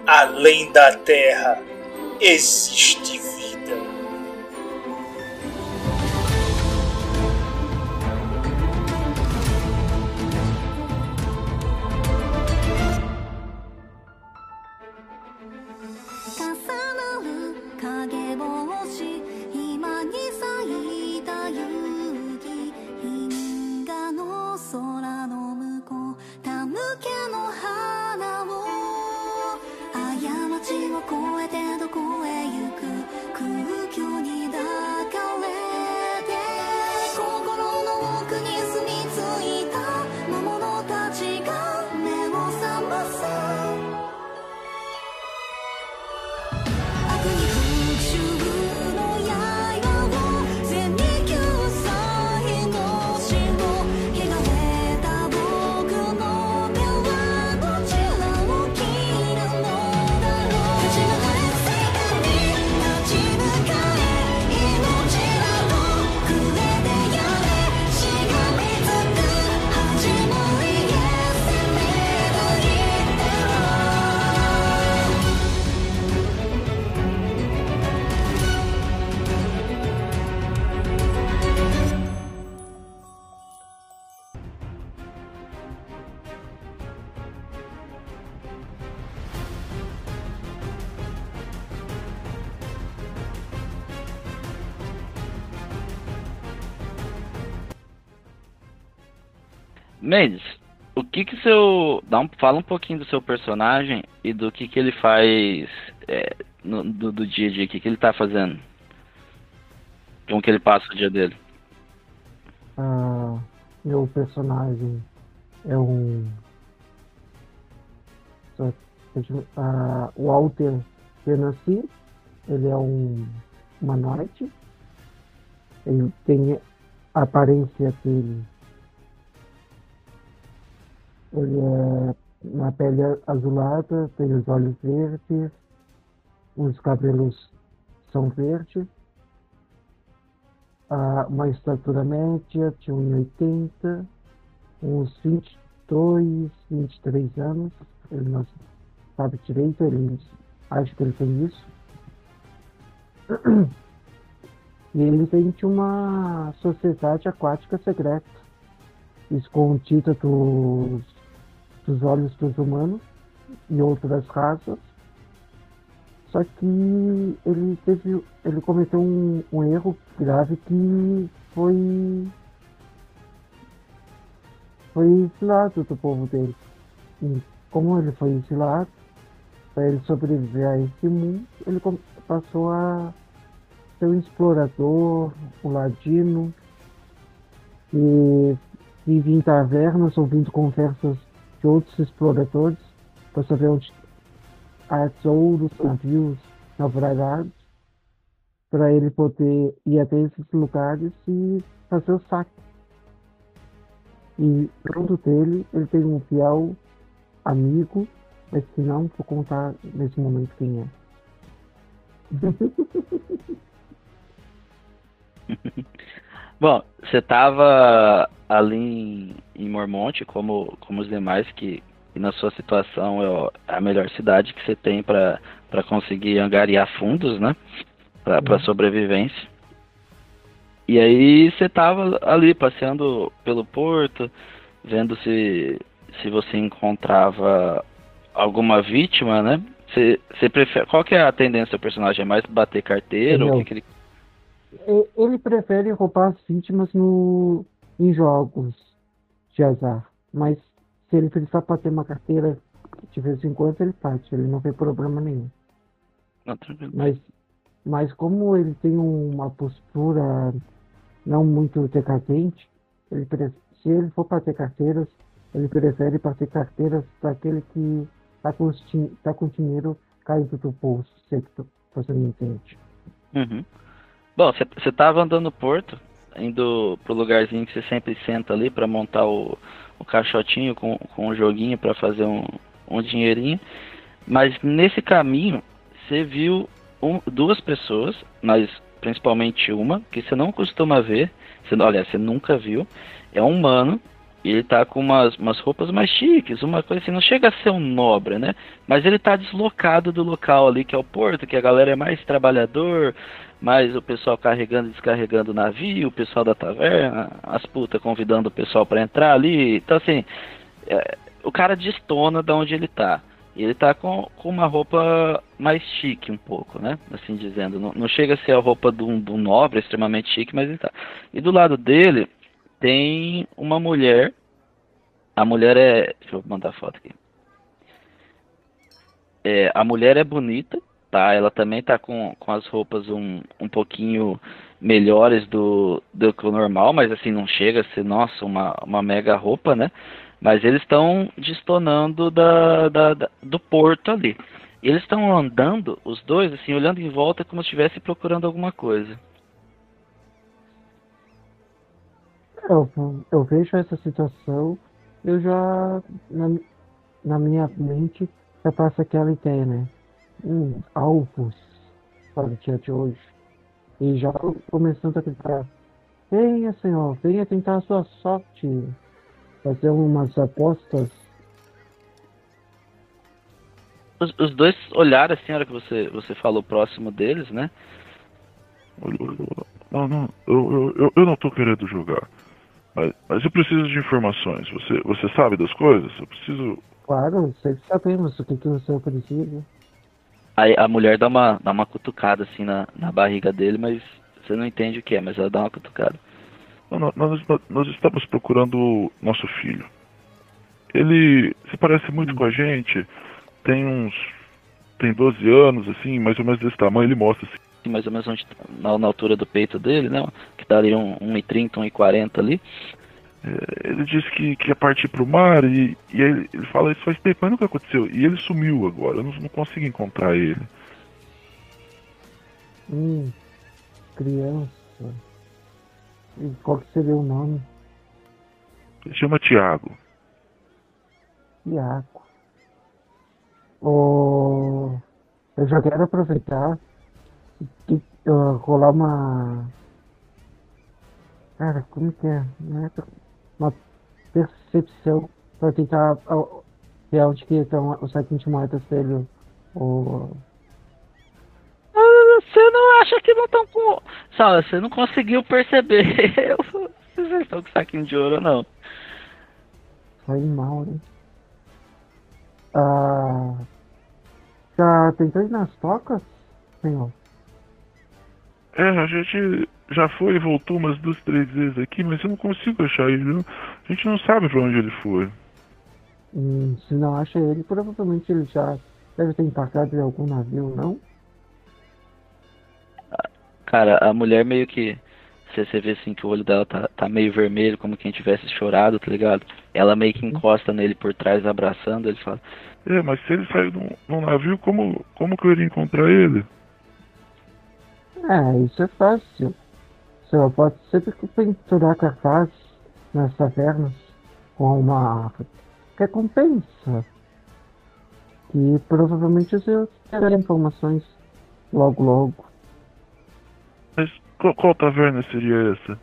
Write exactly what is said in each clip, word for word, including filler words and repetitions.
Além da Terra existe vida. Mendes, o que que seu... Dá um... Fala um pouquinho do seu personagem e do que que ele faz é, no, do, do dia a dia, o que que ele tá fazendo, como que ele passa o dia dele. Ah, meu personagem é um... Ah, o Walter Benassi, ele é um humanoide, ele tem a aparência dele. Ele é uma pele azulada, tem os olhos verdes, os cabelos são verdes, ah, uma estatura média de um e oitenta, uns vinte e dois, vinte e três anos, ele não sabe direito, ele acha que ele tem isso. E ele vem de uma sociedade aquática secreta, escondida dos, dos olhos dos humanos e outras raças. Só que ele teve, ele cometeu um, um erro grave que foi foi exilado do povo dele. E como ele foi exilado, para ele sobreviver a esse mundo, ele passou a ser um explorador, um ladino, e vive em tavernas ouvindo conversas de outros exploradores para saber onde há tesouros, navios naufragados, para ele poder ir até esses lugares e fazer o saque. E junto dele, ele tem um fiel amigo, mas que não vou contar nesse momento quem é. Bom, você estava ali em, em Mormonte, como, como os demais, que, que na sua situação é a melhor cidade que você tem para conseguir angariar fundos, né? Para uhum. sobrevivência. E aí você estava ali passeando pelo porto, vendo se, se você encontrava alguma vítima, né? Você, você prefere, qual que é a tendência do seu personagem? É mais bater carteira? Ou que que ele... ele prefere roubar as vítimas no, em jogos de azar. Mas se ele precisar bater uma carteira de vez em quando, ele bate. Ele não tem problema nenhum. Não, tranquilo. Mas, mas como ele tem uma postura não muito decadente, ele pre... se ele for bater carteiras, ele prefere bater carteiras daquele que tá com, ti... tá com dinheiro caindo do bolso, sei que você me entende. Uhum. Bom, você estava andando no porto, indo pro lugarzinho que você sempre senta ali para montar o, o caixotinho com, com o joguinho para fazer um, um dinheirinho, mas nesse caminho você viu um, duas pessoas, mas principalmente uma, que você não costuma ver, você, olha, você nunca viu, é um humano E ele tá com umas, umas roupas mais chiques, uma coisa assim, não chega a ser um nobre, né? Mas ele tá deslocado do local ali, que é o porto, que a galera é mais trabalhador, mais o pessoal carregando e descarregando o navio, o pessoal da taverna, as putas convidando o pessoal pra entrar ali. Então, assim, é, o cara destona de onde ele tá. E ele tá com, com uma roupa mais chique um pouco, né? Assim dizendo. Não, não chega a ser a roupa de um, de um nobre extremamente chique, mas ele tá. E do lado dele tem uma mulher. A mulher é. Deixa eu mandar a foto aqui. É, a mulher é bonita, tá? Ela também tá com, com as roupas um, um pouquinho melhores do, do que o normal, mas assim, não chega a ser, nossa, uma, uma mega roupa, né? Mas eles estão destonando da, da, da- do porto ali. E eles estão andando, os dois, assim, olhando em volta como se estivesse procurando alguma coisa. Eu, eu vejo essa situação, eu já, na, na minha mente, já passa aquela ideia, né? Hum, alvos para o dia de hoje. E já começando a gritar, venha, senhor, venha tentar a sua sorte, fazer umas apostas. Os, os dois olharam assim, a hora que você, você falou próximo deles, né? Olha, olha, olha. Não, não, eu, eu, eu, eu não tô querendo jogar. Mas, mas eu preciso de informações. Você, você sabe das coisas? Eu preciso. Claro, sempre sabemos o que, que o senhor precisa. Aí a mulher dá uma, dá uma cutucada assim na, na barriga dele, mas você não entende o que é, mas ela dá uma cutucada. Não, não, nós, nós, nós estamos procurando o nosso filho. Ele se parece muito com a gente. Tem uns. Tem doze anos, assim, mais ou menos desse tamanho. Ele mostra assim. Mais ou menos onde, na, na altura do peito dele, né? Que daria um, um e trinta, um e quarenta ali. É, ele disse que, que ia partir pro mar e, e ele, ele fala isso faz tempo, mas nunca aconteceu. E ele sumiu agora, eu não, não consigo encontrar ele. Hum, criança. E qual que seria o nome? Ele chama Tiago. Iaco. Oh, eu já quero aproveitar e uh, rolar uma. Cara, como que é? Não é uma percepção para tentar uh, ver onde que estão os sete moedas dele. O... Ah, você não acha que não estão com. Sabe, você não conseguiu perceber. Vocês não estão com saquinho de ouro, não. Foi mal, né? Ah, já tentou ir nas tocas, senhor? É, a gente já foi e voltou umas duas, três vezes aqui, mas eu não consigo achar ele. Não. A gente não sabe pra onde ele foi. Hum, se não acha ele, provavelmente ele já deve ter embarcado em algum navio, não? Cara, a mulher meio que. Você, você vê assim que o olho dela tá, tá meio vermelho, como quem tivesse chorado, tá ligado? Ela meio que encosta nele por trás, abraçando, ele fala. É, mas se ele saiu num, num navio, como, como que eu iria encontrar ele? É, isso é fácil. O senhor pode sempre penturar cartaz nas tavernas com uma recompensa. Que provavelmente o senhor terá informações logo logo. Mas qual, qual taverna seria essa?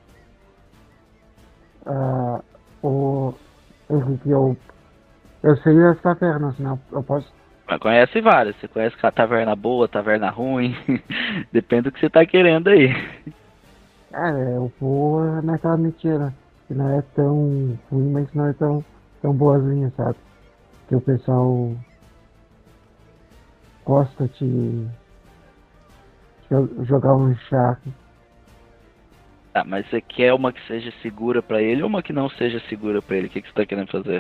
Ah, o, eu, eu, eu sei as tavernas, né? Eu posso. Mas conhece várias. Você conhece a taverna boa, taverna ruim. Depende do que você tá querendo aí. É, eu vou naquela mentira. Que não é tão ruim, mas não é tão, tão boazinha, sabe? Que o pessoal gosta de jo- jogar um charme. Ah, mas você quer uma que seja segura pra ele ou uma que não seja segura pra ele? O que, que você tá querendo fazer?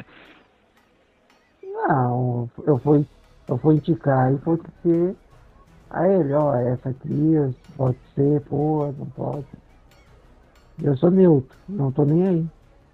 Não, eu vou, eu vou indicar e vou dizer a ele, ó, essa aqui pode ser, boa, não pode. Eu sou neutro, não tô nem aí.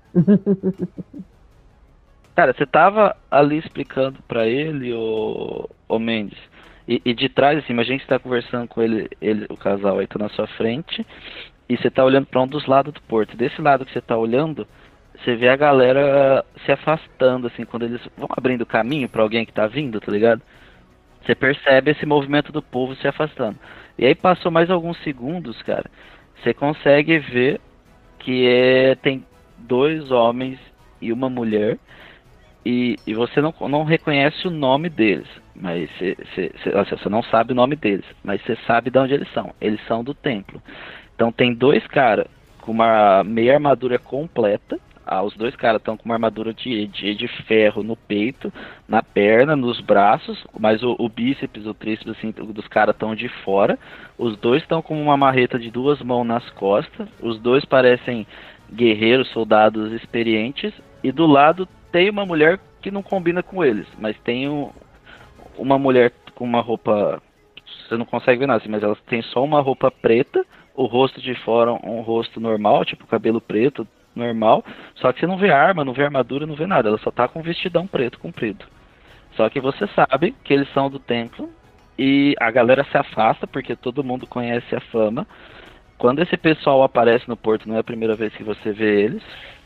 Cara, você tava ali explicando pra ele, ô, ô Mendes, e, e de trás, assim, imagina que você tá conversando com ele, ele, o casal aí tá na sua frente, e você tá olhando pra um dos lados do porto. Desse lado que você tá olhando, você vê a galera se afastando, assim, quando eles vão abrindo caminho pra alguém que tá vindo, tá ligado? Você percebe esse movimento do povo se afastando. E aí passou mais alguns segundos, cara, você consegue ver que é, tem dois homens e uma mulher, e, e você não, não reconhece o nome deles, mas você não sabe o nome deles, mas você sabe de onde eles são. Eles são do templo. Então tem dois caras com uma meia armadura completa. Ah, os dois caras estão com uma armadura de, de, de ferro no peito, na perna, nos braços, mas o, o bíceps, o tríceps assim, dos caras estão de fora. Os dois estão com uma marreta de duas mãos nas costas. Os dois parecem guerreiros, soldados experientes. E do lado tem uma mulher que não combina com eles, mas tem um, uma mulher com uma roupa, você não consegue ver nada assim, mas ela tem só uma roupa preta, o rosto de fora um rosto normal, tipo cabelo preto, normal, só que você não vê arma, não vê armadura, não vê nada, ela só tá com um vestidão preto comprido. Só que você sabe que eles são do templo e a galera se afasta porque todo mundo conhece a fama. Quando esse pessoal aparece no porto, não é a primeira vez que você vê eles.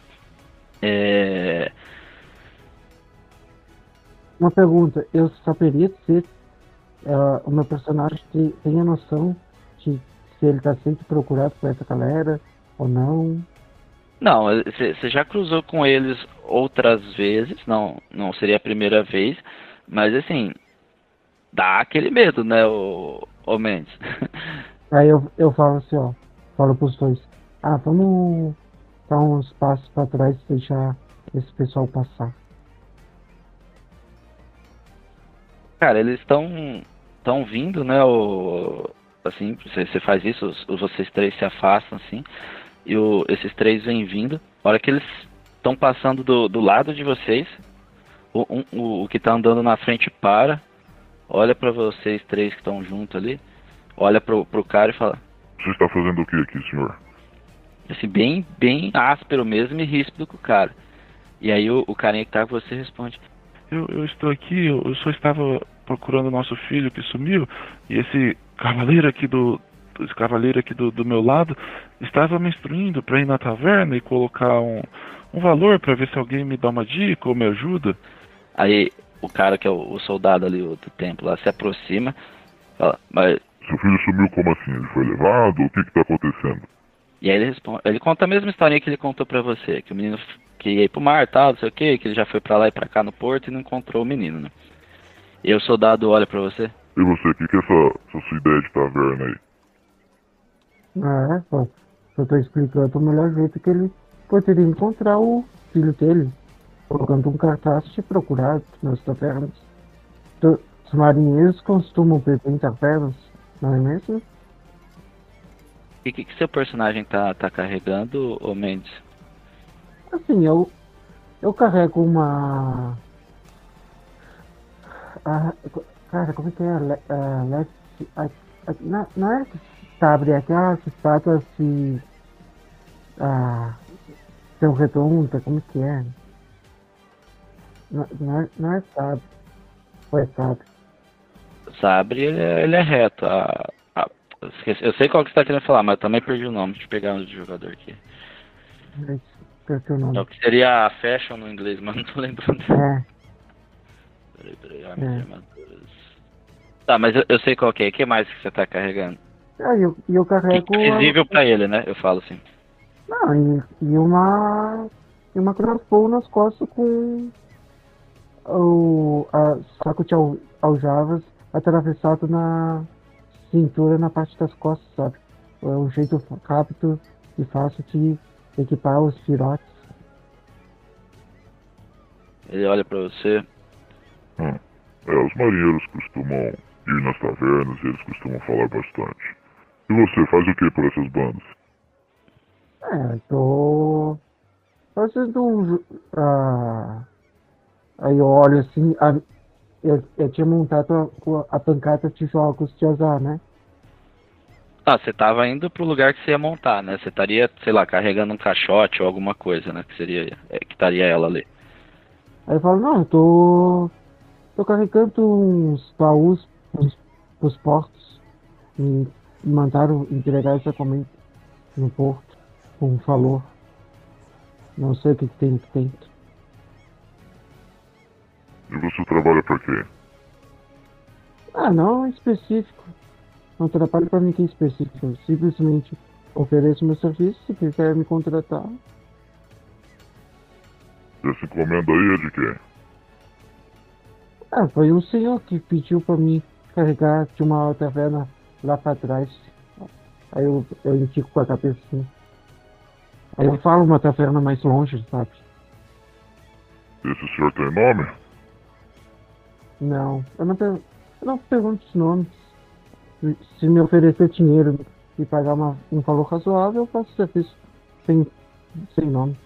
É... Uma pergunta, eu saberia se uh, o meu personagem te, tem a noção de se ele tá sempre procurado por essa galera ou não? Não, você já cruzou com eles outras vezes, não, não seria a primeira vez, mas assim, dá aquele medo, né, o, o Mendes? Aí eu, eu falo assim, ó, falo pros dois, ah, vamos dar uns passos pra trás e deixar esse pessoal passar. Cara, eles estão estão vindo, né, o, assim, você faz isso, os, vocês três se afastam, assim, e o, esses três vêm vindo. A hora que eles estão passando do, do lado de vocês, o, um, o, o que tá andando na frente para, olha pra vocês três que estão junto ali, olha pro, pro cara e fala: Você está fazendo o que aqui, senhor? Assim, bem, bem áspero mesmo e ríspido com o cara. E aí o, o carinha que tá com você responde: Eu, eu estou aqui, eu, eu só estava procurando o nosso filho que sumiu, e esse cavaleiro aqui do, esse cavaleiro aqui do, do meu lado estava me instruindo para ir na taverna e colocar um, um valor para ver se alguém me dá uma dica ou me ajuda. Aí o cara que é o, o soldado ali o, do templo lá se aproxima, fala: Mas seu filho sumiu como assim? Ele foi levado? O que que tá acontecendo? E aí ele responde, ele conta a mesma historinha que ele contou pra você, que o menino que ia ir pro mar, tal, não sei o que, que ele já foi pra lá e pra cá no porto e não encontrou o menino, né? E o soldado olha pra você: E você, o que que é essa, essa sua ideia de taverna aí? Ah, é, pô, eu tô explicando o melhor jeito que ele poderia encontrar o filho dele, colocando um cartaz de procurado nas tavernas. Os marinheiros costumam beber em tavernas, não é mesmo? E o que, que seu personagem tá, tá carregando, ô Mendes? Assim, eu, eu carrego uma... Ah, cara, como é que é? Ah, left, ah, ah, não, não é sabre, é aquelas estátuas de... Ah, são redonda, como é que é? Não, não é, não é sabre. Ou é sabre? Sabre, ele é, ele é reto. A, a, esqueci, eu sei qual que você tá querendo falar, mas eu também perdi o nome. Deixa eu pegar o jogador aqui. Esqueci o nome. É o que seria a fashion no inglês, mas não tô lembrando. É. Peraí, peraí, armas e armaduras. Tá, mas eu, eu sei qual que é. O que mais que você tá carregando? Ah, e eu, e eu carrego... Invisível a... pra ele, né? Eu falo assim. Não, e, e uma... E uma crossbow nas costas com... O a, saco de al, aljavas atravessado na cintura, na parte das costas, sabe? É um jeito rápido e fácil de equipar os pirotes. Ele olha pra você. Hum. É, os marinheiros costumam ir nas tavernas e eles costumam falar bastante. E você, faz o que por essas bandas? É, tô fazendo um... Uh, aí eu olho assim, a, eu, eu tinha montado a, a pancada de jogos de azar, né? Ah, você tava indo pro lugar que você ia montar, né? Você estaria, sei lá, carregando um caixote ou alguma coisa, né? Que seria, é, que estaria ela ali. Aí eu falo: Não, eu tô... Tô carregando uns baús pros, pros portos. E mandaram entregar exatamente no porto, com um valor. Não sei o que, que tem aqui dentro. E você trabalha pra quê? Ah, não específico. Não trabalho pra ninguém específico. Eu simplesmente ofereço meu serviço. Se quiser me contratar. E Essa encomenda aí é de quem? Ah, foi um senhor que pediu pra mim carregar de uma taverna lá pra trás. Aí eu, eu indico com a cabeça assim. Aí eu falo uma taverna mais longe, sabe? Esse senhor tem nome? Não, eu não, per eu não pergunto os nomes. Se, se me oferecer dinheiro e pagar uma, um valor razoável, eu faço serviço sem, sem nome.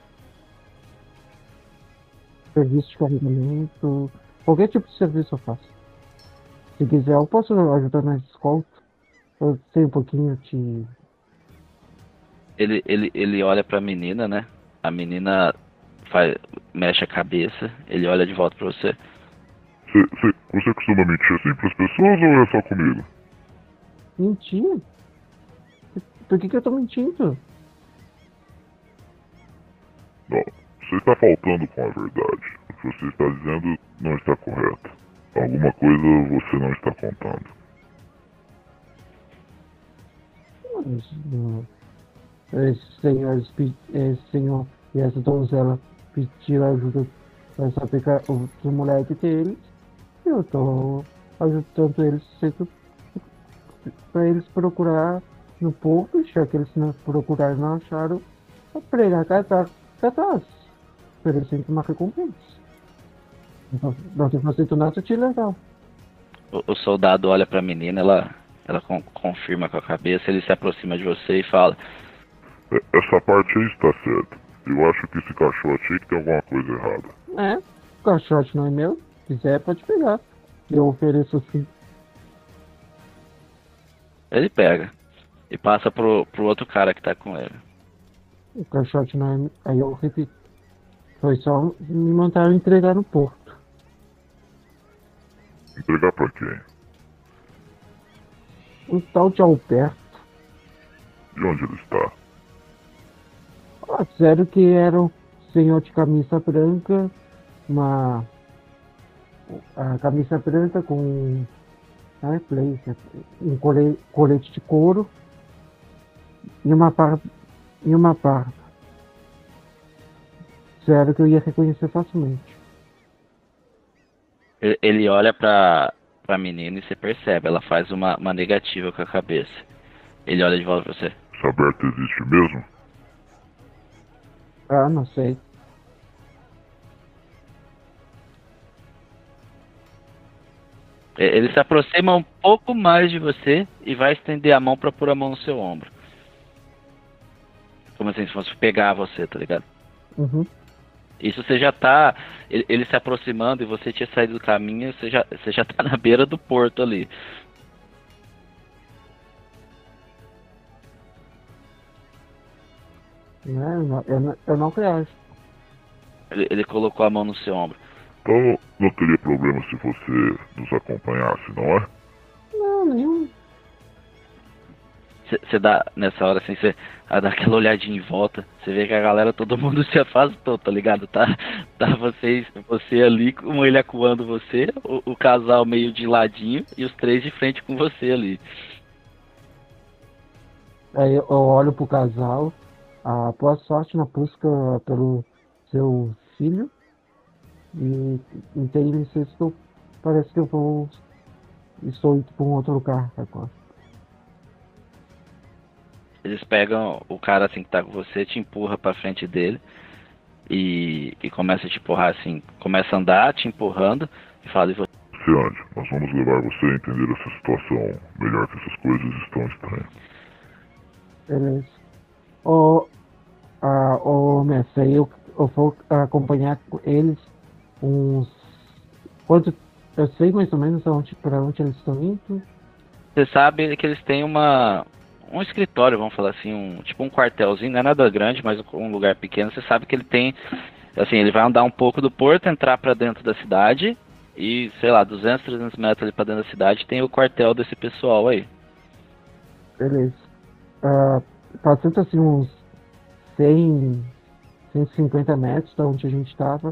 Serviço de carregamento, qualquer tipo de serviço eu faço. Se quiser, eu posso ajudar na escolta. Eu sei um pouquinho de. Ele, ele, ele olha pra menina, né? A menina faz, mexe a cabeça, ele olha de volta pra você. Cê, cê, você costuma mentir assim pras pessoas ou é só comigo? Mentir? Por que que eu tô mentindo? Não, você está faltando com a verdade. O que você está dizendo não está correto. Alguma coisa você não está contando. Esse senhor, esse senhor e essa donzela pediram ajuda pra saber o que moleque deles. E eu tô ajudando eles sempre pra eles procurar no povo, já que eles não procuraram não acharam, pra pregar catar atrás, oferecendo uma recompensa. Não, não tem feito nada de legal. O, o soldado olha pra menina, ela, ela con confirma com a cabeça, ele se aproxima de você e fala: Essa parte aí está certa. Eu acho que esse caixote aí que tem alguma coisa errada. É, o caixote não é meu. Se quiser, pode pegar. Eu ofereço sim. Ele pega e passa pro, pro outro cara que tá com ele. O caixote não é meu. Aí eu repito. Foi só me mandaram entregar no porto. Entregar pra quem? Um tal de Alberto. E onde ele está? Ah, disseram que era um senhor de camisa branca, uma a camisa branca com ah, blazer, um cole, colete de couro e uma barba, e uma barba. Disseram que eu ia reconhecer facilmente. Ele, ele olha pra, pra menina e você percebe, ela faz uma, uma negativa com a cabeça. Ele olha de volta pra você. Esse Alberto existe mesmo? Ah, não sei. Ele se aproxima um pouco mais de você e vai estender a mão pra pôr a mão no seu ombro. Como assim, se fosse pegar você, tá ligado? Uhum. Isso você já tá... Ele, ele se aproximando e você tinha saído do caminho, você já, você já tá na beira do porto ali. Não, eu não, eu não, eu não reajo. Ele, ele colocou a mão no seu ombro. Então não teria problema se você nos acompanhasse, não é? Não, nenhum. Você dá, nessa hora assim, você dá aquela olhadinha em volta, você vê que a galera, todo mundo se afastou, tá ligado? Tá, tá vocês, você ali, com ele acuando você, o, o casal meio de ladinho e os três de frente com você ali. Aí eu olho pro casal, ah, boa sorte na busca pelo seu filho. E tem licença que eu, parece que eu vou, estou indo para um outro lugar agora. Eles pegam o cara assim que tá com você, te empurra pra frente dele e, e começa a te empurrar assim, começa a andar te empurrando e fala: e você? Ciande, nós vamos levar você a entender essa situação melhor, que essas coisas estão estranhas. Beleza. Ô, ah, ô mestre, eu, eu vou acompanhar eles uns... Quanto, eu sei mais ou menos onde, pra onde eles estão indo. Você sabe que eles têm uma... um escritório, vamos falar assim, um tipo um quartelzinho, não é nada grande, mas um lugar pequeno. Você sabe que ele tem, assim, ele vai andar um pouco do porto, entrar pra dentro da cidade e, sei lá, duzentos, trezentos metros ali pra dentro da cidade tem o quartel desse pessoal aí. Beleza. Uh, passando assim uns cem, cento e cinquenta metros da onde a gente estava.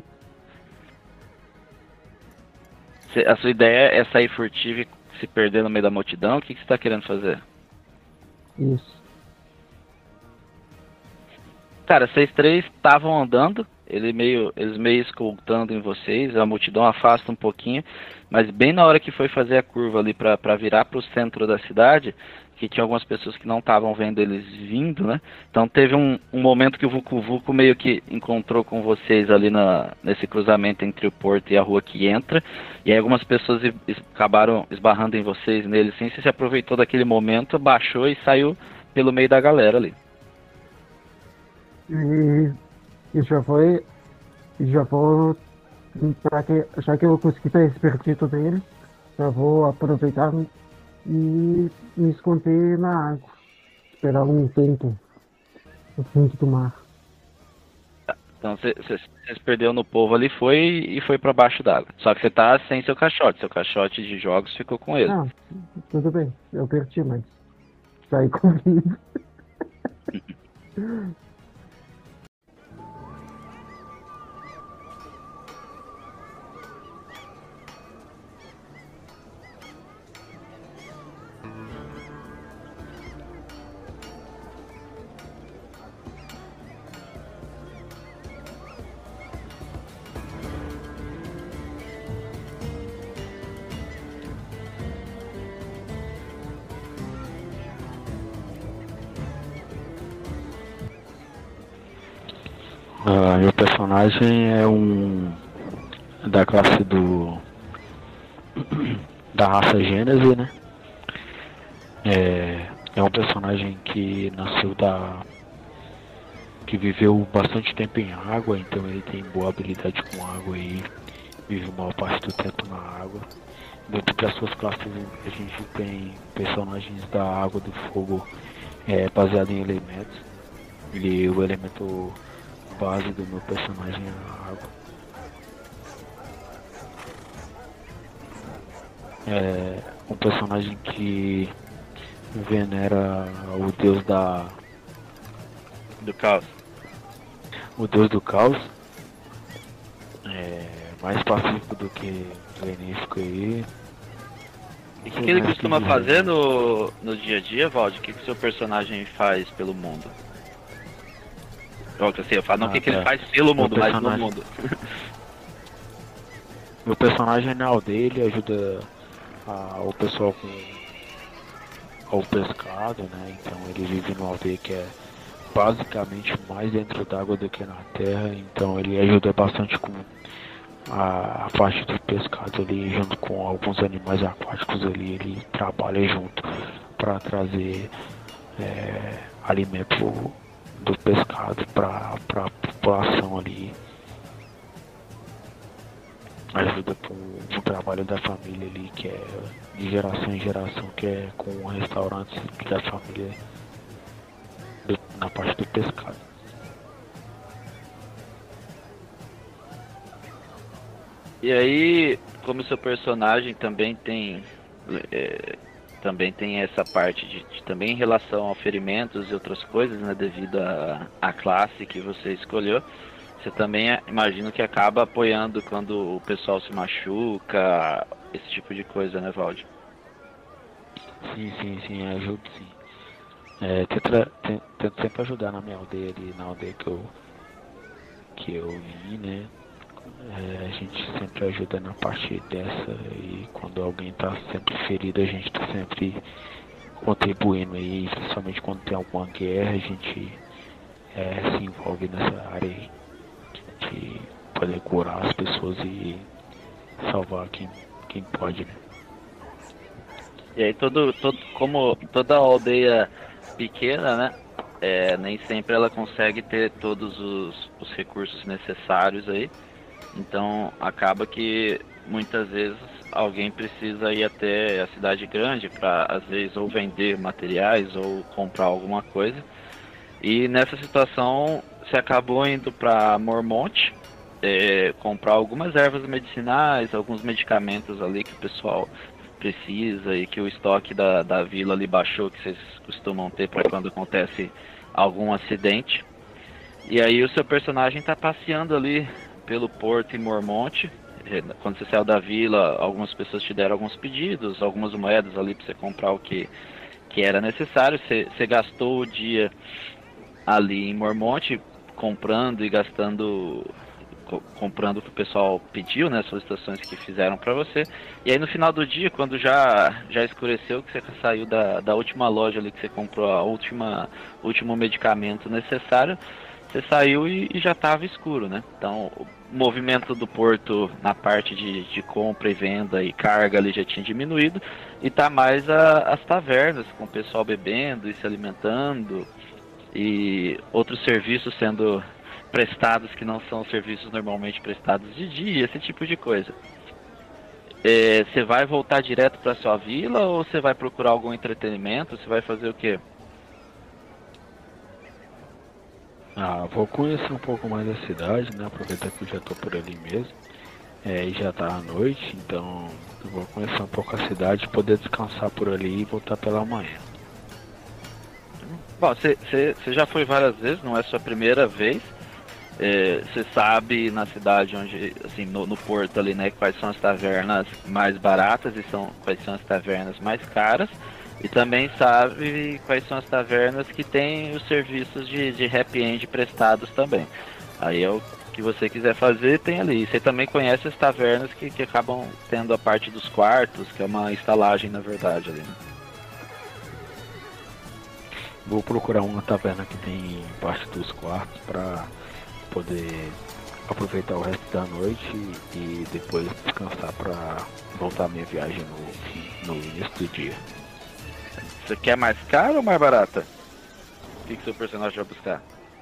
A sua ideia é sair furtivo e se perder no meio da multidão? O que, que você está querendo fazer? Isso. Cara, vocês três estavam andando, ele meio, eles meio escoltando em vocês, a multidão afasta um pouquinho, mas bem na hora que foi fazer a curva ali pra, pra virar pro centro da cidade, que tinha algumas pessoas que não estavam vendo eles vindo, né? Então teve um, um momento que o Vucu Vucu meio que encontrou com vocês ali na, nesse cruzamento entre o porto e a rua que entra, e aí algumas pessoas es- acabaram esbarrando em vocês nele, assim, você se aproveitou daquele momento, baixou e saiu pelo meio da galera ali. E, e já foi. E já vou. Pra que, já que eu consegui estar perdido dele, já vou aproveitar e me esconder na água. Esperar um tempo no fundo do mar. Então você se perdeu no povo ali, foi e foi pra baixo d'água. Só que você tá sem seu caixote, seu caixote de jogos ficou com ele. Ah, tudo bem, eu perdi, mas saí comigo. Ah, meu personagem é um da classe do da raça Gênese, né? É, é um personagem que nasceu da que viveu bastante tempo em água, então ele tem boa habilidade com água e vive uma parte do tempo na água. Dentro das suas classes a gente tem personagens da água, do fogo, é, baseado em elementos. E o elemento base do meu personagem é a água. É um personagem que venera o deus da Do caos. o deus do caos. É mais pacífico do que benéfico aí. E o que, que ele costuma fazer no, no dia a dia, Valde? O que, que o seu personagem faz pelo mundo? Ou, assim, eu falo não o Ah, que, que ele tá. faz pelo Meu mundo, mas no personagem- mundo. Meu personagem na aldeia, ele ajuda a- o pessoal com ao pescado, né? Então ele vive numa aldeia que é basicamente mais dentro d'água do que na terra, então ele ajuda bastante com a, a parte do pescado ali, junto com alguns animais aquáticos ali, ele trabalha junto para trazer é, alimento do pescado para a população ali. Ajuda com o trabalho da família ali, que é de geração em geração, que é com restaurantes da família do- na parte do pescado. E aí, como seu personagem também tem é, também tem essa parte de, de também em relação a ferimentos e outras coisas, né, devido à à classe que você escolheu, você também é, imagino que acaba apoiando quando o pessoal se machuca, esse tipo de coisa, né, Valde? Sim, sim, sim, ajudo sim. É, tento, ten- tento sempre ajudar na minha aldeia ali, na aldeia que eu, que eu vim, né? É, a gente sempre ajuda na parte dessa e quando alguém tá sempre ferido, a gente tá sempre contribuindo aí, principalmente quando tem alguma guerra, a gente é, se envolve nessa área aí, de poder curar as pessoas e salvar quem, quem pode, né? E aí todo, todo como toda aldeia pequena, né? É, nem sempre ela consegue ter todos os, os recursos necessários aí. Então acaba que muitas vezes alguém precisa ir até a cidade grande para às vezes ou vender materiais ou comprar alguma coisa. E nessa situação você acabou indo para Mormonte, é, comprar algumas ervas medicinais, alguns medicamentos ali que o pessoal precisa e que o estoque da, da vila ali baixou, que vocês costumam ter para quando acontece algum acidente. E aí o seu personagem está passeando ali pelo porto em Mormonte. Quando você saiu da vila, algumas pessoas te deram alguns pedidos, algumas moedas ali para você comprar o que, que era necessário. Você, você gastou o dia ali em Mormonte, comprando e gastando, co comprando o que o pessoal pediu, né, as solicitações que fizeram para você. E aí no final do dia, quando já já escureceu, que você saiu da, da última loja ali que você comprou a última último medicamento necessário, você saiu e, e já estava escuro, né? Então o movimento do porto na parte de, de compra e venda e carga ali já tinha diminuído, e tá mais a, as tavernas com o pessoal bebendo e se alimentando, e outros serviços sendo prestados que não são serviços normalmente prestados de dia, esse tipo de coisa. É, você vai voltar direto para sua vila ou você vai procurar algum entretenimento? Você vai fazer o quê? Ah, vou conhecer um pouco mais da cidade, né? Aproveitar que eu já tô por ali mesmo. É, e já tá à noite, então eu vou conhecer um pouco a cidade, poder descansar por ali e voltar pela manhã. Bom, você já foi várias vezes, não é sua primeira vez. Você é, sabe na cidade onde, assim, no, no porto ali, né, quais são as tavernas mais baratas e são, quais são as tavernas mais caras. E também sabe quais são as tavernas que tem os serviços de, de happy end prestados também. Aí é o que você quiser fazer, tem ali. Você também conhece as tavernas que, que acabam tendo a parte dos quartos, que é uma estalagem na verdade ali, né? Vou procurar uma taverna que tem parte dos quartos para poder aproveitar o resto da noite e depois descansar para voltar a minha viagem no, no início do dia. Você quer mais caro ou mais barata? O que, que seu personagem vai buscar?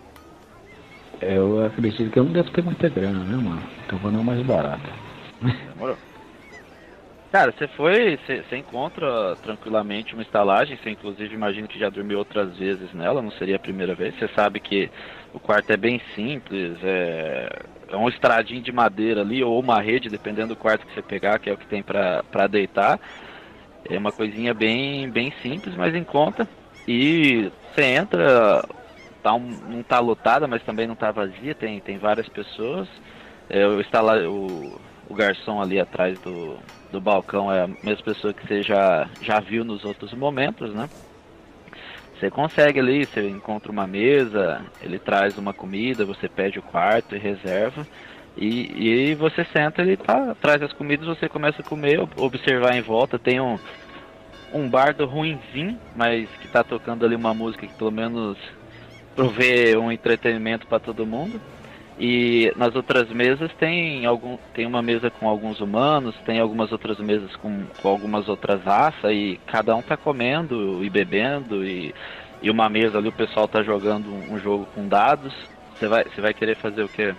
Eu acredito que eu não devo ter muita grana, né, mano? Então vou não mais barato. Demorou. Cara, você foi, você, você encontra tranquilamente uma estalagem, você inclusive imagina que já dormiu outras vezes nela, não seria a primeira vez. Você sabe que o quarto é bem simples, é, é um estradinho de madeira ali, ou uma rede, dependendo do quarto que você pegar, que é o que tem pra, pra deitar. É uma coisinha bem, bem simples, mas em conta. E você entra, tá um, não tá lotada, mas também não tá vazia, tem, tem várias pessoas. É, o, instala, o, o garçom ali atrás do, do balcão é a mesma pessoa que você já, já viu nos outros momentos, né? Você consegue ali, você encontra uma mesa, ele traz uma comida, você pede o quarto e reserva. E, e você senta, ele tá, traz as comidas, você começa a comer, observar em volta. Tem um, um bardo ruinzinho, mas que tá tocando ali uma música que pelo menos provê um entretenimento para todo mundo. E nas outras mesas tem, algum, tem uma mesa com alguns humanos, tem algumas outras mesas com, com algumas outras raças, e cada um tá comendo e bebendo, e, e uma mesa ali o pessoal tá jogando um, um jogo com dados. Você vai, você vai querer fazer o quê?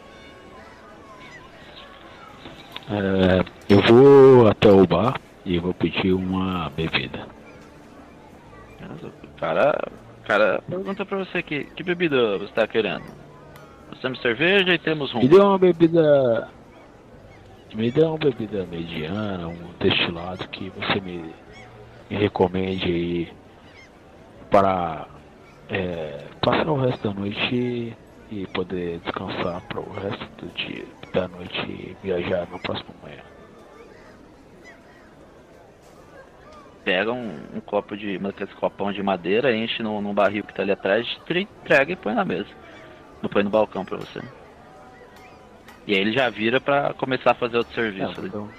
É, eu vou até o bar e vou pedir uma bebida. O cara, o cara pergunta pra você que, que bebida você tá querendo. Nós temos cerveja e temos rum. Me dê uma bebida. Me dê uma bebida mediana, um destilado que você me, me recomende aí para é, passar o resto da noite e poder descansar para o resto do dia, da noite e viajar na próxima manhã. Pega um, um copo de, um daqueles copão de madeira, enche num, num barril que tá ali atrás, entrega e põe na mesa. Não põe no balcão pra você. E aí ele já vira pra começar a fazer outro serviço. É, então,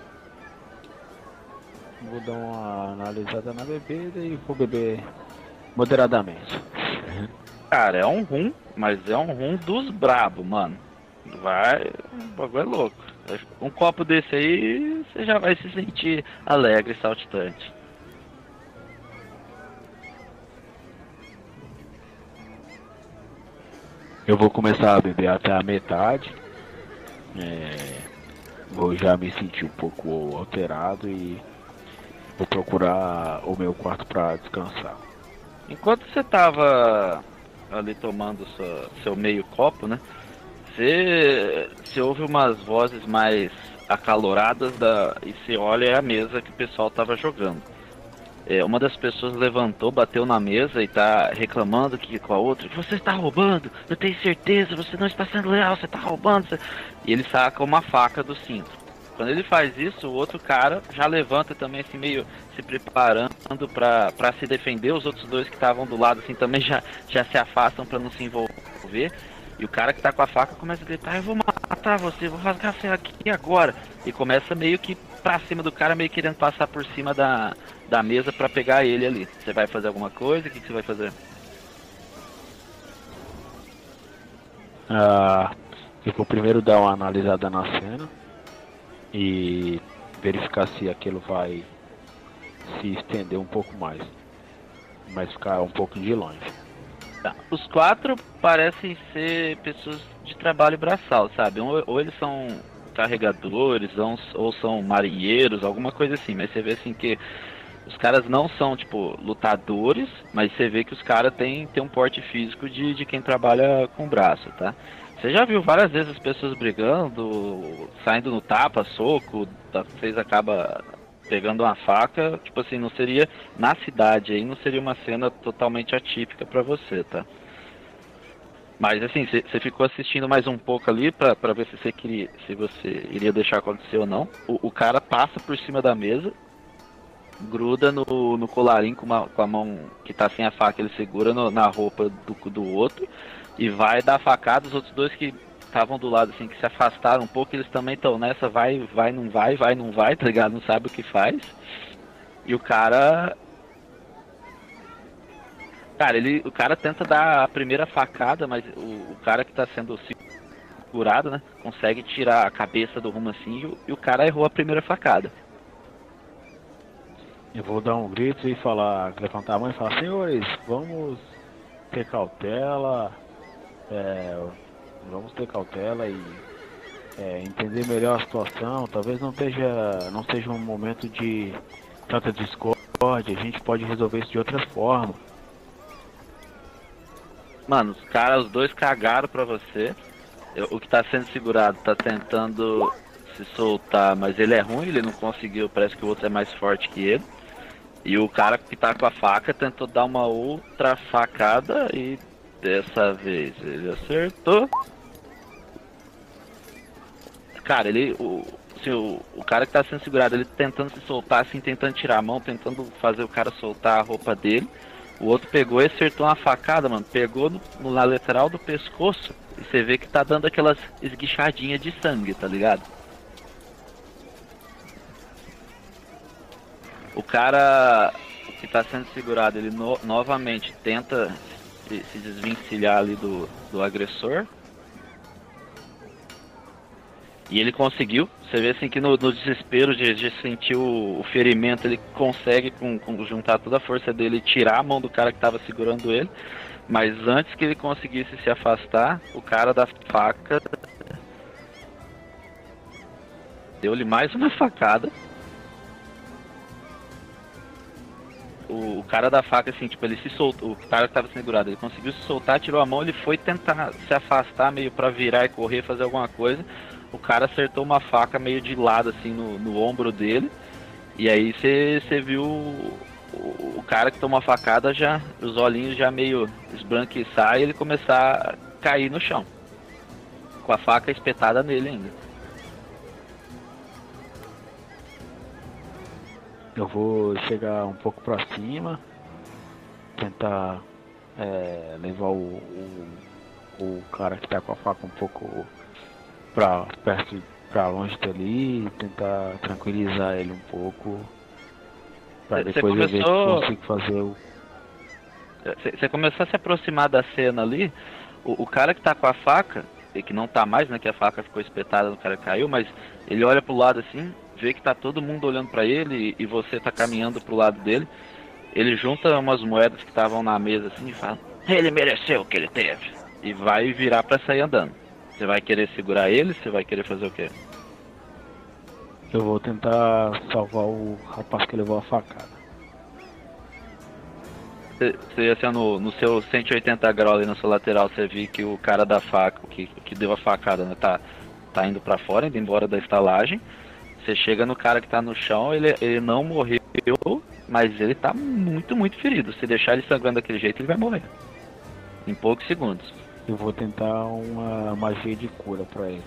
vou dar uma analisada na bebida e vou beber moderadamente. Cara, é um rum, mas é um rum dos brabo, mano. Vai, o bagulho é louco. Um copo desse aí, você já vai se sentir alegre e saltitante. Eu vou começar a beber até a metade. É, vou já me sentir um pouco alterado e vou procurar o meu quarto para descansar. Enquanto você tava ali tomando sua, seu meio copo, né? Você, você ouve umas vozes mais acaloradas da, e você olha a mesa que o pessoal tava jogando. É, uma das pessoas levantou, bateu na mesa e tá reclamando que, com a outra, que você está roubando, eu tenho certeza, você não está sendo leal, você está roubando. Você... E ele saca uma faca do cinto. Quando ele faz isso, o outro cara já levanta também, assim, meio se preparando pra, pra se defender. Os outros dois que estavam do lado, assim, também já, já se afastam pra não se envolver. vê. E o cara que tá com a faca começa a gritar, eu vou matar você, vou rasgar você aqui agora. E começa meio que pra cima do cara, meio querendo passar por cima da, da mesa pra pegar ele ali. Você vai fazer alguma coisa? O que, que você vai fazer? Ah, eu vou primeiro dar uma analisada na cena e verificar se aquilo vai se estender um pouco mais, mas ficar um pouco de longe. Tá. Os quatro parecem ser pessoas de trabalho braçal, sabe? Ou, ou eles são carregadores, ou, ou são marinheiros, alguma coisa assim. Mas você vê assim que os caras não são, tipo, lutadores, mas você vê que os caras têm, têm um porte físico de, de quem trabalha com braço, tá? Você já viu várias vezes as pessoas brigando, saindo no tapa, soco, vocês acabam pegando uma faca, tipo assim, não seria, na cidade aí, não seria uma cena totalmente atípica pra você, tá? Mas assim, você ficou assistindo mais um pouco ali pra, pra ver se você queria, se você iria deixar acontecer ou não. O, o cara passa por cima da mesa, gruda no, no colarinho com, uma, com a mão que tá sem a faca, ele segura no, na roupa do, do outro e vai dar facada. Os outros dois que estavam do lado, assim, que se afastaram um pouco, eles também estão nessa, vai, vai, não vai, vai, não vai, tá ligado? Não sabe o que faz. E o cara... Cara, ele, o cara tenta dar a primeira facada, mas o, o cara que tá sendo segurado, né, consegue tirar a cabeça do rumo assim e o, e o cara errou a primeira facada. Eu vou dar um grito e falar, levantar a mão e falar, senhores, vamos ter cautela, é, vamos ter cautela e é, entender melhor a situação. Talvez não esteja, não seja um momento de tanta discórdia, a gente pode resolver isso de outra forma. Mano, os caras, os dois cagaram pra você. Eu, o que tá sendo segurado tá tentando se soltar, mas ele é ruim, ele não conseguiu, parece que o outro é mais forte que ele. E o cara que tá com a faca tentou dar uma outra facada e dessa vez ele acertou. Cara, ele, o, assim, o, o cara que tá sendo segurado, ele tentando se soltar, assim, tentando tirar a mão, tentando fazer o cara soltar a roupa dele. O outro pegou e acertou uma facada, mano. Pegou no, no, na lateral do pescoço. E você vê que tá dando aquelas esguichadinhas de sangue, tá ligado? O cara que tá sendo segurado, ele no, novamente tenta se, se desvencilhar ali do, do agressor. E ele conseguiu. Você vê assim que no, no desespero de, de sentir o, o ferimento, ele consegue com, com, juntar toda a força dele e tirar a mão do cara que estava segurando ele. Mas antes que ele conseguisse se afastar, o cara da faca deu-lhe mais uma facada. O, o cara da faca, assim, tipo, ele se soltou, o cara que estava segurado, ele conseguiu se soltar, tirou a mão, ele foi tentar se afastar meio para virar e correr, fazer alguma coisa. O cara acertou uma faca meio de lado, assim, no, no ombro dele. E aí você viu o, o, o cara que tomou a facada, já, os olhinhos já meio esbranquiçar e ele começar a cair no chão. Com a faca espetada nele ainda. Eu vou chegar um pouco pra cima, tentar é, levar o, o, o cara que tá com a faca um pouco pra perto, pra longe dali, tentar tranquilizar ele um pouco, pra Cê, depois cê eu ver se começou... consigo fazer o... Você começou a se aproximar da cena ali, o, o cara que tá com a faca, e que não tá mais, né, que a faca ficou espetada, o cara caiu, mas ele olha pro lado assim, vê que tá todo mundo olhando pra ele e, e você tá caminhando pro lado dele. Ele junta umas moedas que estavam na mesa assim e fala, ele mereceu o que ele teve. E vai virar pra sair andando. Você vai querer segurar ele? Você vai querer fazer o quê? Eu vou tentar salvar o rapaz que levou a facada. Você, assim, no, no seu cento e oitenta graus ali na sua lateral, você viu que o cara da faca, o que, que deu a facada, né, tá, tá indo pra fora, indo embora da estalagem. Você chega no cara que tá no chão, ele, ele não morreu, mas ele tá muito, muito ferido. Se deixar ele sangrando daquele jeito, ele vai morrer. Em poucos segundos. Eu vou tentar uma magia de cura pra ele.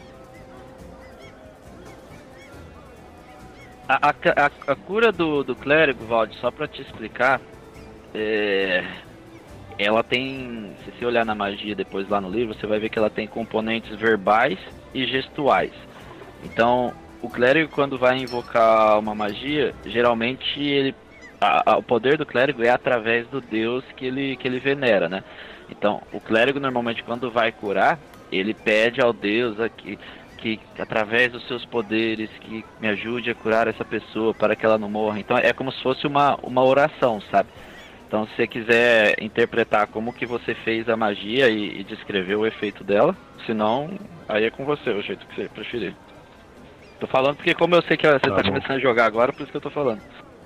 A, a, a cura do, do clérigo, Valde, só pra te explicar, é, ela tem, se você olhar na magia depois lá no livro, você vai ver que ela tem componentes verbais e gestuais. Então, o clérigo, quando vai invocar uma magia, geralmente ele, a, a, o poder do clérigo é através do deus que ele, que ele venera, né? Então, o clérigo normalmente quando vai curar, ele pede ao deus aqui que através dos seus poderes que me ajude a curar essa pessoa para que ela não morra. Então é como se fosse uma, uma oração, sabe? Então se você quiser interpretar como que você fez a magia e, e descrever o efeito dela, senão aí é com você, o jeito que você preferir. Tô falando porque como eu sei que você tá, tá começando a jogar agora, por isso que eu tô falando.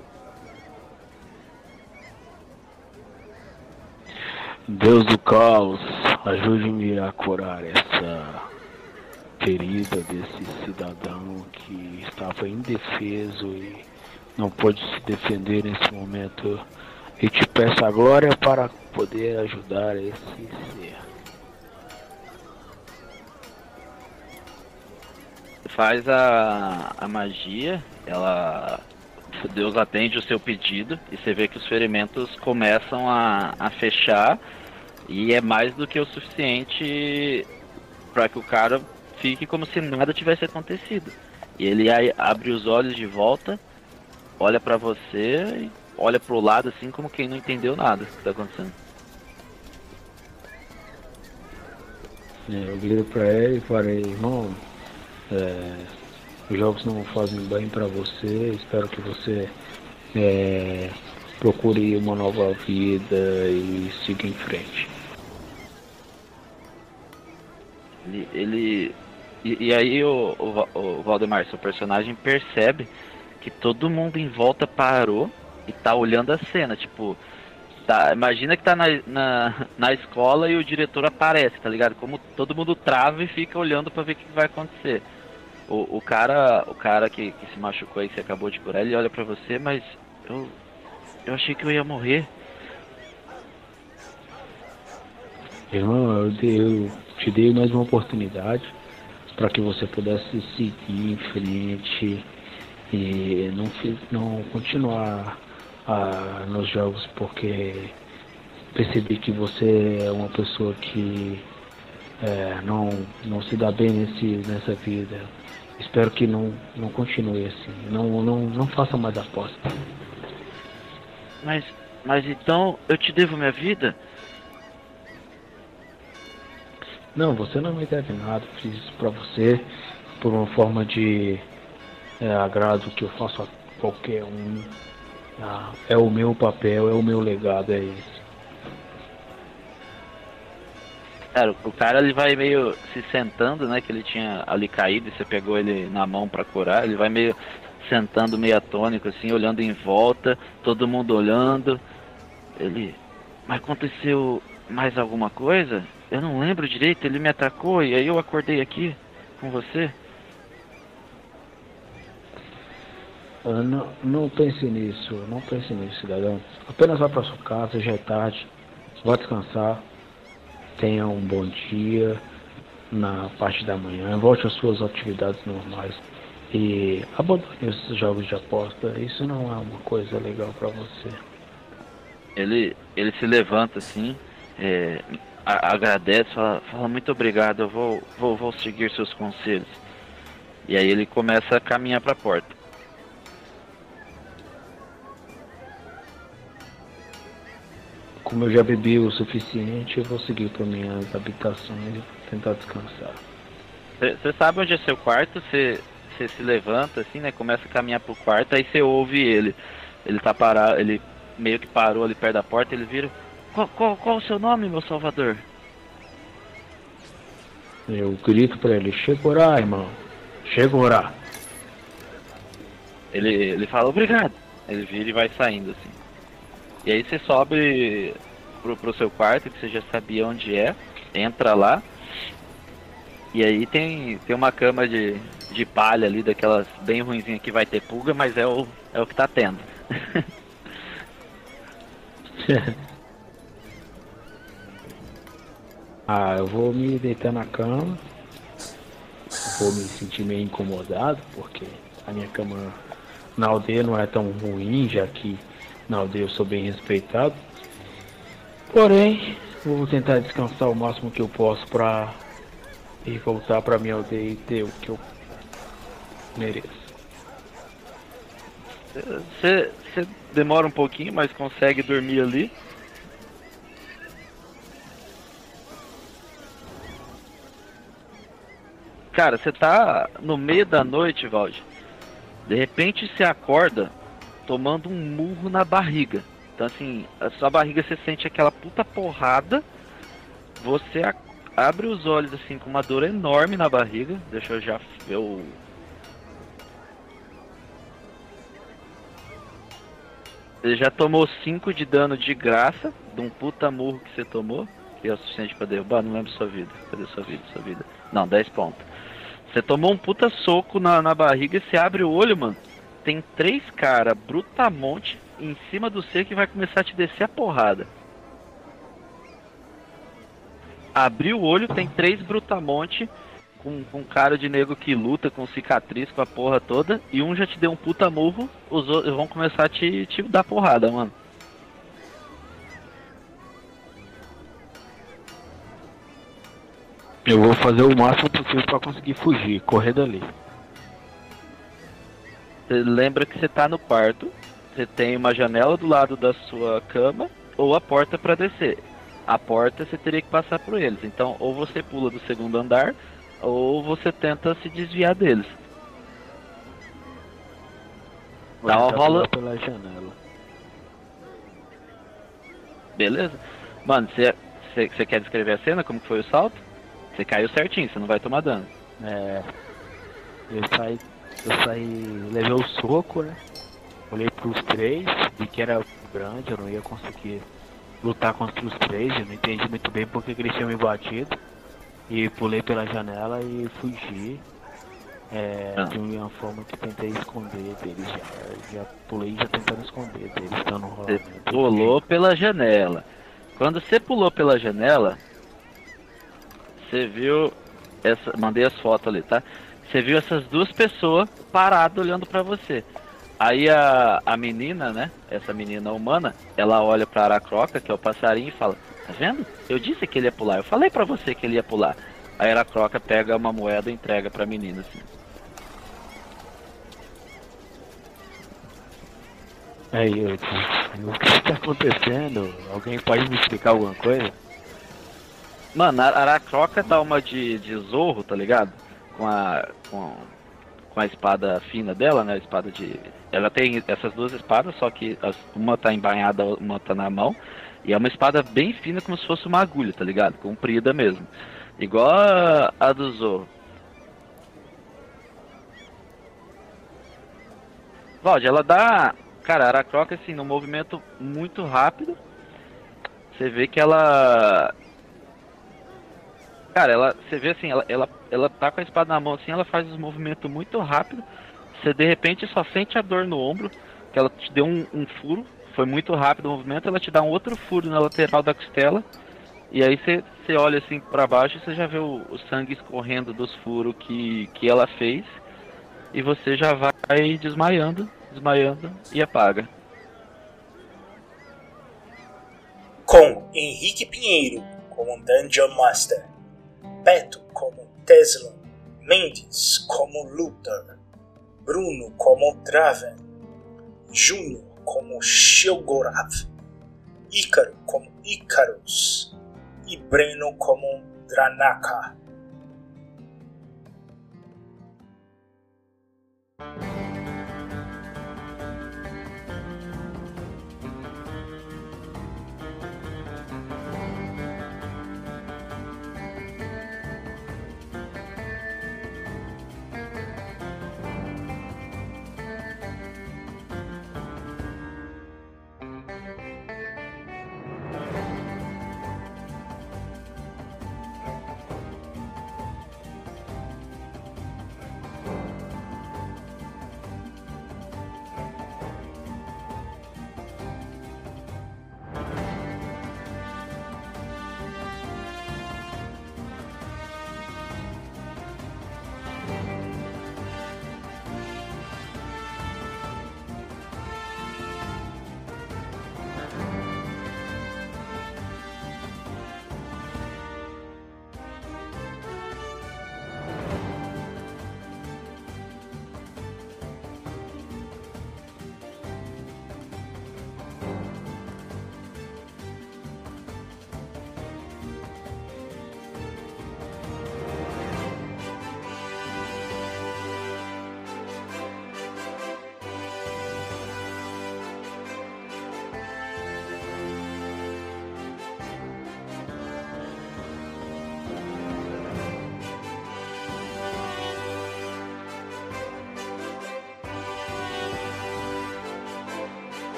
Deus do caos, ajude-me a curar essa ferida desse cidadão que estava indefeso e não pôde se defender nesse momento. E te peço a glória para poder ajudar esse ser. Faz a, a magia, ela, Deus atende o seu pedido e você vê que os ferimentos começam a, a fechar e é mais do que o suficiente para que o cara fique como se nada tivesse acontecido. E ele aí abre os olhos de volta, olha pra você e olha pro lado assim como quem não entendeu nada que tá acontecendo. É, eu virei pra ele e falei, irmão, é, os jogos não fazem bem pra você, espero que você é, procure uma nova vida e siga em frente. Ele, ele e, e aí o, o, o Valdemar, seu personagem, percebe que todo mundo em volta parou e tá olhando a cena, tipo, tá, imagina que tá na, na, na escola e o diretor aparece, tá ligado? Como todo mundo trava e fica olhando pra ver o que vai acontecer. O, o cara, o cara que, que se machucou aí, que você acabou de curar, ele olha pra você, mas eu, eu achei que eu ia morrer. Irmão, eu, dei, eu te dei mais uma oportunidade para que você pudesse seguir em frente e não, não continuar ah, nos jogos, porque percebi que você é uma pessoa que é, não, não se dá bem nesse, nessa vida. Espero que não, não continue assim, não, não, não faça mais aposta. Mas, mas então eu te devo minha vida? Não, você não me deve nada, fiz isso pra você por uma forma de é, agrado que eu faço a qualquer um. Ah, é o meu papel, é o meu legado, é isso. Cara, o cara ele vai meio se sentando, né, que ele tinha ali caído e você pegou ele na mão pra curar, ele vai meio sentando meio atônico assim, olhando em volta, todo mundo olhando. Ele, mas aconteceu mais alguma coisa? Eu não lembro direito, ele me atacou e aí eu acordei aqui com você. Uh, não, não pense nisso, não pense nisso, cidadão. Apenas vá para sua casa, já é tarde, vá descansar, tenha um bom dia na parte da manhã, volte às suas atividades normais e abandone esses jogos de aposta. Isso não é uma coisa legal para você. Ele, ele se levanta assim, é, a, agradece, fala, fala muito obrigado, eu vou, vou, vou seguir seus conselhos. E aí ele começa a caminhar para a porta. Como eu já bebi o suficiente, eu vou seguir para minhas habitações e tentar descansar. Você sabe onde é seu quarto? Você se levanta assim, né? Começa a caminhar pro quarto, aí você ouve ele. Ele tá parado, ele meio que parou ali perto da porta, ele vira. Qual, qual, qual o seu nome, meu salvador? Eu grito pra ele, Chegorá, irmão. Chegorá. Ele, ele fala, obrigado. Ele vira e vai saindo assim. E aí você sobe pro, pro seu quarto, que você já sabia onde é, entra lá. E aí tem, tem uma cama de, de palha ali, daquelas bem ruinzinhas que vai ter pulga, mas é o, é o que tá tendo. Ah, eu vou me deitar na cama. Vou me sentir meio incomodado, porque a minha cama na aldeia não é tão ruim, já que na aldeia eu sou bem respeitado. Porém, vou tentar descansar o máximo que eu posso pra ir voltar pra minha aldeia e ter o que eu mereço. Você demora um pouquinho, mas consegue dormir ali. Cara, você tá no meio da noite, Valde. De repente você acorda tomando um murro na barriga. Então assim, a sua barriga você sente aquela puta porrada. Você a- abre os olhos assim com uma dor enorme na barriga. Deixa eu já ver o... Você já tomou cinco de dano de graça de um puta murro que você tomou. Que é o suficiente pra derrubar, não lembro sua vida. Cadê sua vida, sua vida? Não, dez pontos. Você tomou um puta soco na, na barriga e você abre o olho, mano. Tem três caras brutamonte em cima do C que vai começar a te descer a porrada. Abriu o olho, tem três brutamonte com, com cara de nego que luta, com cicatriz, com a porra toda. E um já te deu um puta murro, os outros vão começar a te, te dar porrada, mano. Eu vou fazer o máximo possível pra conseguir fugir, correr dali. Você lembra que você tá no quarto, você tem uma janela do lado da sua cama ou a porta pra descer. A porta você teria que passar por eles, então ou você pula do segundo andar ou você tenta se desviar deles. Vou Dá uma tentar rola. pular pela janela. Beleza? Mano, você você- você quer descrever a cena, como que foi o salto? Você caiu certinho, você não vai tomar dano. É. Eu saí. Eu saí. Levei o soco, né? Olhei pros três, vi que era grande, eu não ia conseguir lutar contra os três, eu não entendi muito bem porque que eles tinham me batido. E pulei pela janela e fugi. É, Ah. de uma forma que tentei esconder deles já. Já pulei já tentando esconder deles, estando no Você rolamento. pulou pela janela. Quando você pulou pela janela, você viu essa, mandei as fotos ali, tá? Você viu essas duas pessoas paradas olhando pra você. Aí a, a menina, né? Essa menina humana, ela olha pra Aracroca, que é o passarinho, e fala: tá vendo? Eu disse que ele ia pular. Eu falei pra você que ele ia pular. Aí a Aracroca pega uma moeda e entrega pra menina, assim. Aí eu disse, o que está acontecendo? Alguém pode me explicar alguma coisa? Mano, a Aracroca dá uma de, de zorro, tá ligado? Com a, com, com a espada fina dela, né? A espada de... Ela tem essas duas espadas, só que as, uma tá embainhada, uma tá na mão. E é uma espada bem fina, como se fosse uma agulha, tá ligado? Comprida mesmo. Igual a, a do Zorro. Valde, ela dá... Cara, a Aracroca, assim, num movimento muito rápido. Você vê que ela... Cara, ela, você vê assim, ela, ela, ela tá com a espada na mão assim, ela faz os movimentos muito rápido. Você de repente só sente a dor no ombro, que ela te deu um, um furo, foi muito rápido o movimento, ela te dá um outro furo na lateral da costela. E aí você, você olha assim pra baixo e você já vê o, o sangue escorrendo dos furos que, que ela fez. E você já vai desmaiando, desmaiando e apaga. Com Henrique Pinheiro como Dungeon Master, Beto como Tesla, Mendes como Luthor, Bruno como Draven, Júnior como Shelgorav, Ícaro como Icarus e Breno como Dranaka.